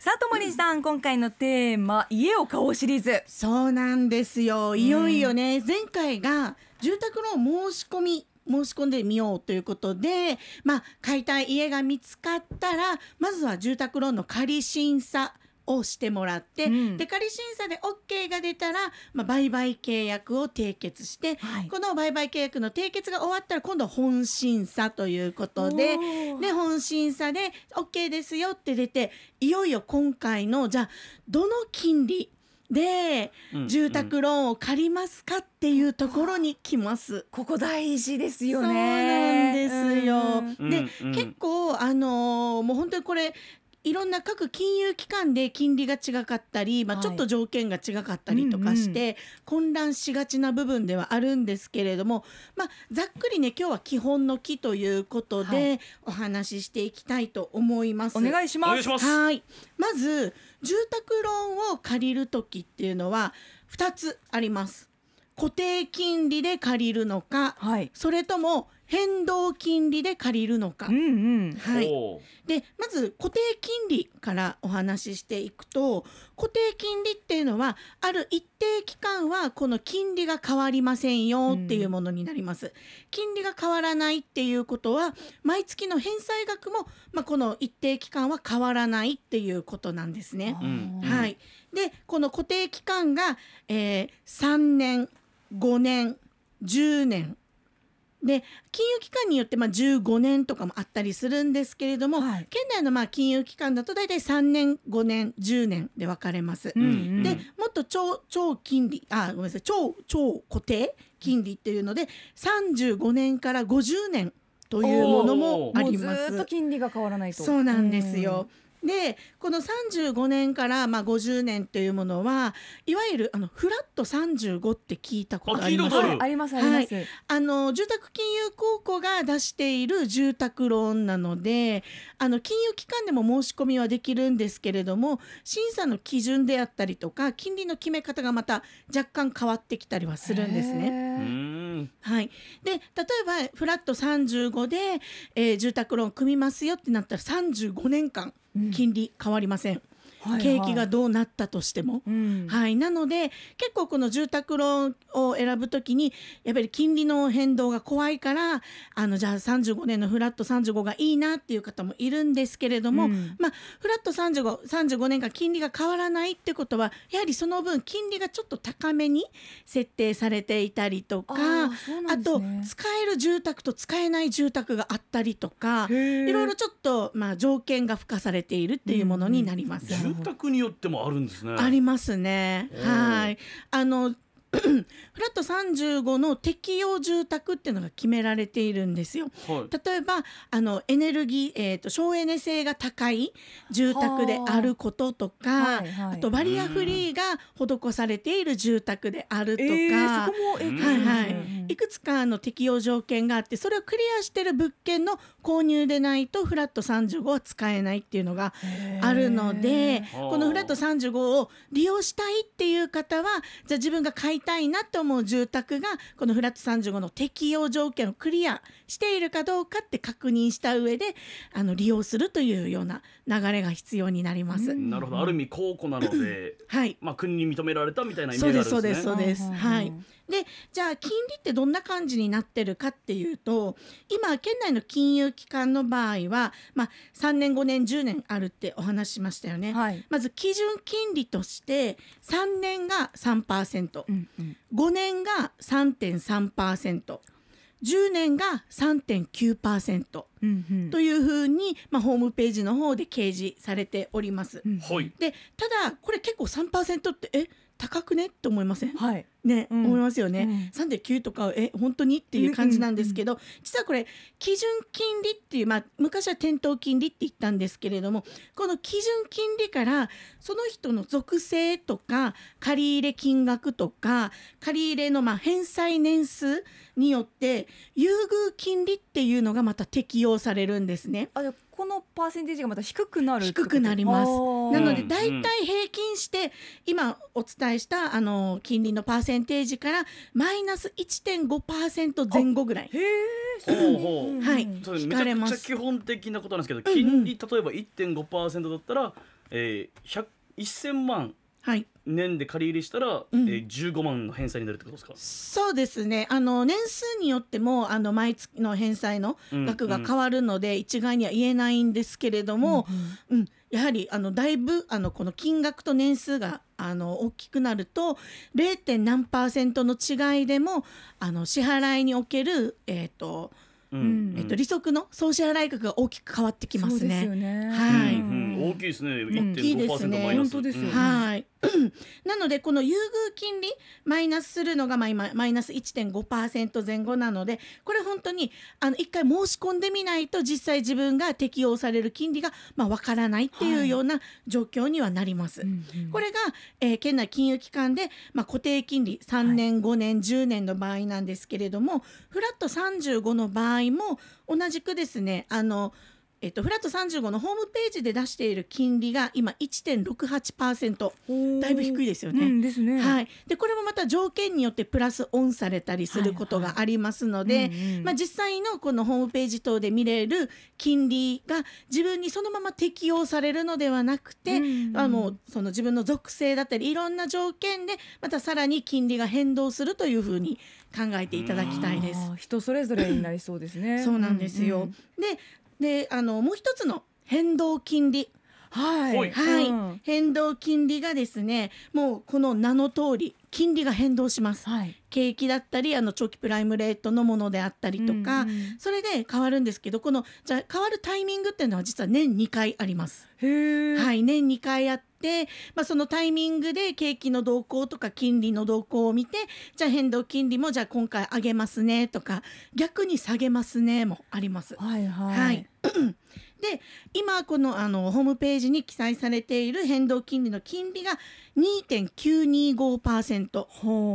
さあともりさん、今回のテーマ家を買おうシリーズ。 そうなんですよ。いよいよね、前回が住宅ローン申し込んでみようということで、買いたい家が見つかったらまずは住宅ローンの仮審査をしてもらって、で仮審査で OK が出たら、売買契約を締結して、この売買契約の締結が終わったら今度は本審査ということで、本審査で OK ですよって出て、いよいよ今回のじゃあどの金利で住宅ローンを借りますかっていうところに来ます。 ここ大事ですよね。 そうなんですよ。で、結構もう本当にこれいろんな各金融機関で金利が違かったり、ちょっと条件が違かったりとかして、混乱しがちな部分ではあるんですけれども、ざっくりね今日は基本の木ということで、お話ししていきたいと思います。 お願いします。 はい、まず住宅ローンを借りる時っていうのは2つあります。固定金利で借りるのか、それとも変動金利で借りるのか。でまず固定金利からお話ししていくと、固定金利っていうのはある一定期間はこの金利が変わりませんよっていうものになります。金利が変わらないっていうことは毎月の返済額も、この一定期間は変わらないっていうことなんですね。でこの固定期間が、3年5年10年で、金融機関によって15年とかもあったりするんですけれども、県内の金融機関だとだいたい3年5年10年で分かれます。でもっと超金利ごめんなさい超固定金利っていうので35年から50年というものもあります。 もうずっと金利が変わらないと。 そうなんですよ。でこの35年から50年というものはいわゆるフラット35って聞いたことありますか？ ありますあります。 住宅金融公庫が出している住宅ローンなので、金融機関でも申し込みはできるんですけれども、審査の基準であったりとか金利の決め方がまた若干変わってきたりはするんですね。で例えばフラット35で、住宅ローン組みますよってなったら35年間金利変わりません。景気がどうなったとしても、なので結構この住宅ローンを選ぶときにやっぱり金利の変動が怖いからじゃあ35年のフラット35がいいなっていう方もいるんですけれども、フラット35年間金利が変わらないってことはやはりその分金利がちょっと高めに設定されていたりとか、あと使える住宅と使えない住宅があったりとか、いろいろちょっと条件が付加されているっていうものになります。 住宅によってもあるんですね。 ありますね。フラット35の適用住宅っていうのが決められているんですよ。例えばエネルギー、省エネ性が高い住宅であることとか、あとバリアフリーが施されている住宅であるとか、いくつかの適用条件があって、それをクリアしている物件の購入でないとフラット35は使えないっていうのがあるので、このフラット35を利用したいっていう方はじゃあ自分が買いたいなと思う住宅がこのフラット35の適用条件をクリアしているかどうかって確認した上で利用するというような流れが必要になります。 なるほど。ある意味公庫なので、国に認められたみたいなイメージがあるんですね。 そうです。でじゃあ金利ってどんな感じになってるかっていうと、今県内の金融機関の場合は、3年5年10年あるってお話ししましたよね。まず基準金利として3年が 3%、5年が 3.3%、10年が 3.9% というふうに、ホームページの方で掲示されております。でただこれ結構 3% って高くねって思いません？思いますよね。3.9 とか本当にっていう感じなんですけど、実はこれ基準金利っていう、昔は店頭金利って言ったんですけれども、この基準金利からその人の属性とか借入金額とか借入の返済年数によって優遇金利っていうのがまた適用されるんですね。 このパーセンテージがまた低くなるってこと？ 低くなります。なのでだいたい平均して今お伝えした金利のパーセンテージからマイナス 1.5% 前後ぐらい引かれます。めちゃくちゃ基本的なことなんですけど、金利例えば 1.5% だったら 1000万年で借り入れしたら、15万の返済になるってことですか？ そうですね。年数によっても毎月の返済の額が変わるので、一概には言えないんですけれども、やはりだいぶこの金額と年数が大きくなると 0. 何%の違いでも支払いにおける利息の総支払い額が大きく変わってきますね。 そうですよね。 はい、 大きいですね。 1.5% マイナス。 本当ですよね。 はい。なのでこの優遇金利マイナスするのがマイナス 1.5% 前後なので、これ本当に一回申し込んでみないと実際自分が適用される金利がわからないっていうような状況にはなります。これが、県内金融機関で、固定金利3年5年10年の場合なんですけれども、フラット35の場合も同じくですね、フラット35のホームページで出している金利が今 1.68%、 だいぶ低いですよね。 ですね。 はい、でこれもまた条件によってプラスオンされたりすることがありますので、実際のこのホームページ等で見れる金利が自分にそのまま適用されるのではなくて、その自分の属性だったりいろんな条件でまたさらに金利が変動するというふうに考えていただきたいです。 人それぞれになりそうですね。 そうなんですよ。でもう一つの変動金利、変動金利がですね、もうこの名の通り金利が変動します。景気だったり長期プライムレートのものであったりとか、それで変わるんですけど、じゃあ変わるタイミングっていうのは実は年2回あります。年2回あって、そのタイミングで景気の動向とか金利の動向を見て、じゃあ変動金利もじゃあ今回上げますねとか逆に下げますねもあります。で今このホームページに記載されている変動金利の金利が 2.925%、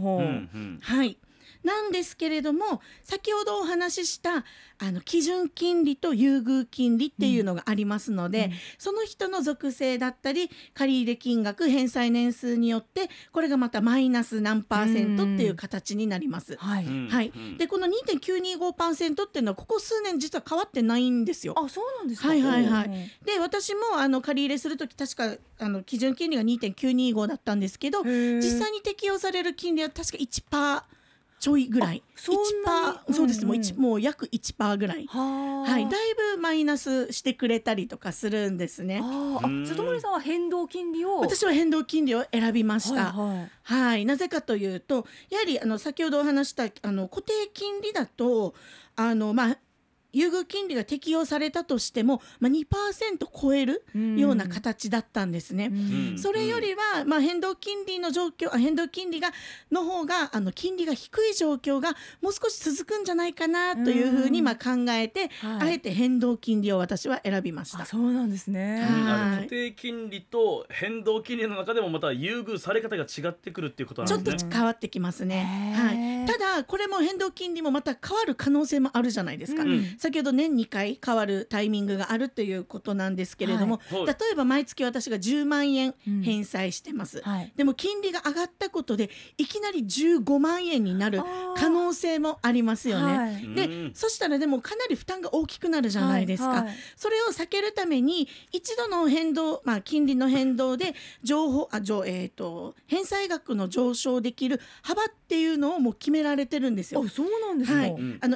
なんですけれども、先ほどお話しした基準金利と優遇金利っていうのがありますので、その人の属性だったり借入金額返済年数によってこれがまたマイナス何%っていう形になります。でこの 2.925% っていうのはここ数年実は変わってないんですよ。 そうなんですか。 で私も借り入れするとき確か基準金利が 2.925 だったんですけど、実際に適用される金利は確か 1%ちょいぐらい、1%、そうです、もう約 1% ぐらい、だいぶマイナスしてくれたりとかするんですね。 里森さんは変動金利を？ 私は変動金利を選びました。なぜかというと、やはり先ほどお話した固定金利だと優遇金利が適用されたとしても、2% 超えるような形だったんですね。それよりは、変動金利の状況、変動金利の方が金利が低い状況がもう少し続くんじゃないかなというふうに考えて、あえて変動金利を私は選びました。 そうなんですね。 固定金利と変動金利の中でもまた優遇され方が違ってくるっていうことなんですね。 ちょっと変わってきますね。ただこれも変動金利もまた変わる可能性もあるじゃないですか。先ほど年2回変わるタイミングがあるということなんですけれども、例えば毎月私が10万円返済してます。でも金利が上がったことでいきなり15万円になる可能性もありますよね。でそしたらでもかなり負担が大きくなるじゃないですか。それを避けるために一度の変動、金利の変動で返済額の上昇できる幅っていうのをもう決められてるんですよ。 そうなんですか。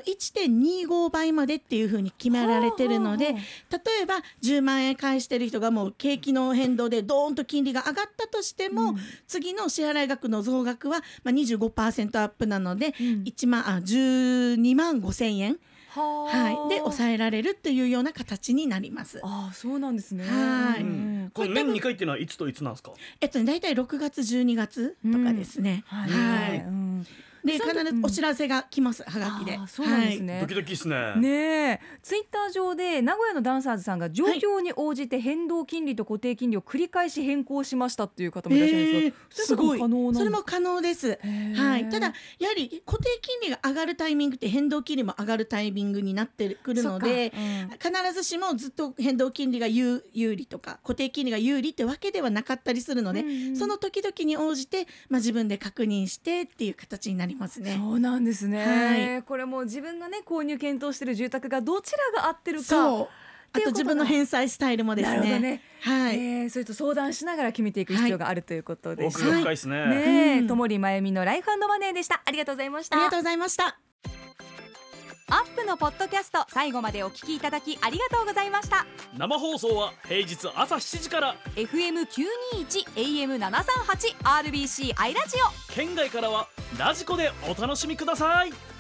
1.25 倍までっていうふうに決められてるので、例えば10万円返してる人がもう景気の変動でドーンと金利が上がったとしても、次の支払い額の増額は25% アップなので、12万5千円で抑えられるっていうような形になります。 そうなんですね。 この年2回っていうのはいつといつなんですか？ だいたい6月12月とかですね。で必ずお知らせが来ます、はがきで。 そうなんですね。 ドキドキですね。 ツイッター上で名古屋のダンサーズさんが状況に応じて変動金利と固定金利を繰り返し変更しましたっていう方もいらっしゃるんですが、 すごい。それも可能です。ただやはり固定金利が上がるタイミングって変動金利も上がるタイミングになってくるので、必ずしもずっと変動金利が有利とか固定金利が有利ってわけではなかったりするので、その時々に応じて自分で確認してっていう形になりますね。 そうなんですね。これも自分が購入検討している住宅がどちらが合ってるかっあと自分の返済スタイルもですね。 なるほどね。 はい。 それと相談しながら決めていく必要があるということで奥が深いですね。 ね、ともりまゆみのライフ&マネーでした。ありがとうございました。 ありがとうございました。 アップのポッドキャスト、最後までお聞きいただきありがとうございました。 生放送は平日朝7時から FM921 AM738 RBC アイラジオ。 県外からはラジコでお楽しみください。